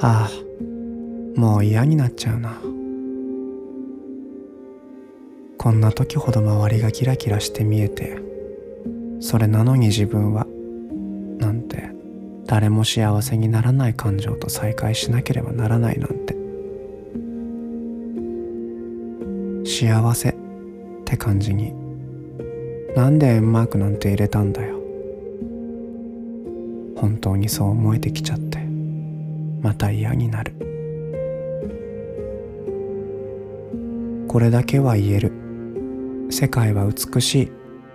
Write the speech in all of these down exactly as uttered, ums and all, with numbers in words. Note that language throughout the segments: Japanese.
ああ、もう嫌になっちゃうな。こんな時ほど周りがキラキラして見えて、それなのに自分はなんて誰も幸せにならない感情と再会しなければならないなんて。幸せって感じになんで円マークなんて入れたんだよ。本当にそう思えてきちゃってまた嫌になる。これだけは言える。世界は美しい。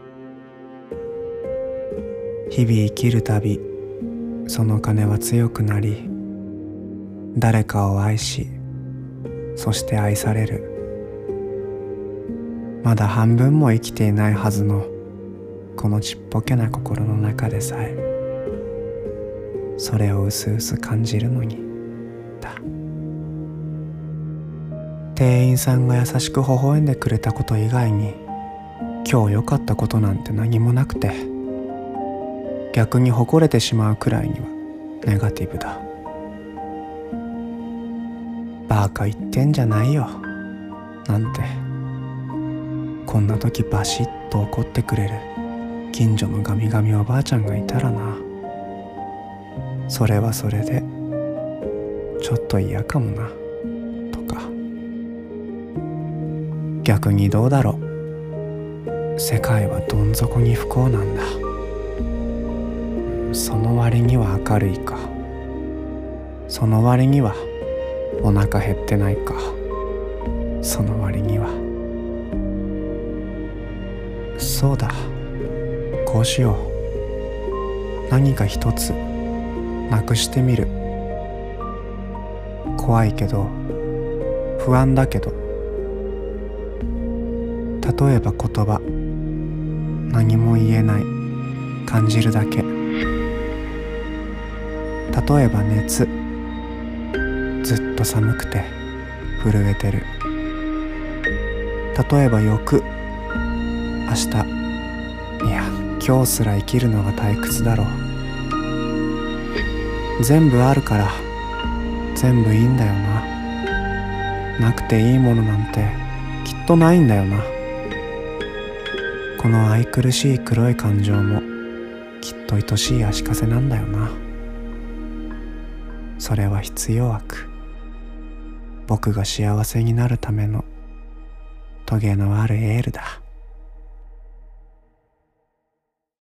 日々生きるたびその鐘は強くなり、誰かを愛し、そして愛される。まだ半分も生きていないはずのこのちっぽけな心の中でさえ、それをうすうす感じるのにだ。店員さんが優しく微笑んでくれたこと以外に今日良かったことなんて何もなくて、逆に誇れてしまうくらいにはネガティブだ。バーカ言ってんじゃないよなんて、こんな時バシッと怒ってくれる近所のガミガミおばあちゃんがいたらな、それはそれでちょっと嫌かもなとか。逆にどうだろう、世界はどん底に不幸なんだ。その割には明るいか、その割にはお腹減ってないか、その割には。そうだ、こうしよう。何か一つなくしてみる。怖いけど不安だけど、例えば言葉、何も言えない、感じるだけ。例えば熱、ずっと寒くて震えてる。例えば欲、明日、いや今日すら生きるのが退屈だろう。全部あるから全部いいんだよな。なくていいものなんてきっとないんだよな。この愛くるしい黒い感情もきっと愛しい足かせなんだよな。それは必要悪。僕が幸せになるためのトゲのあるエールだ。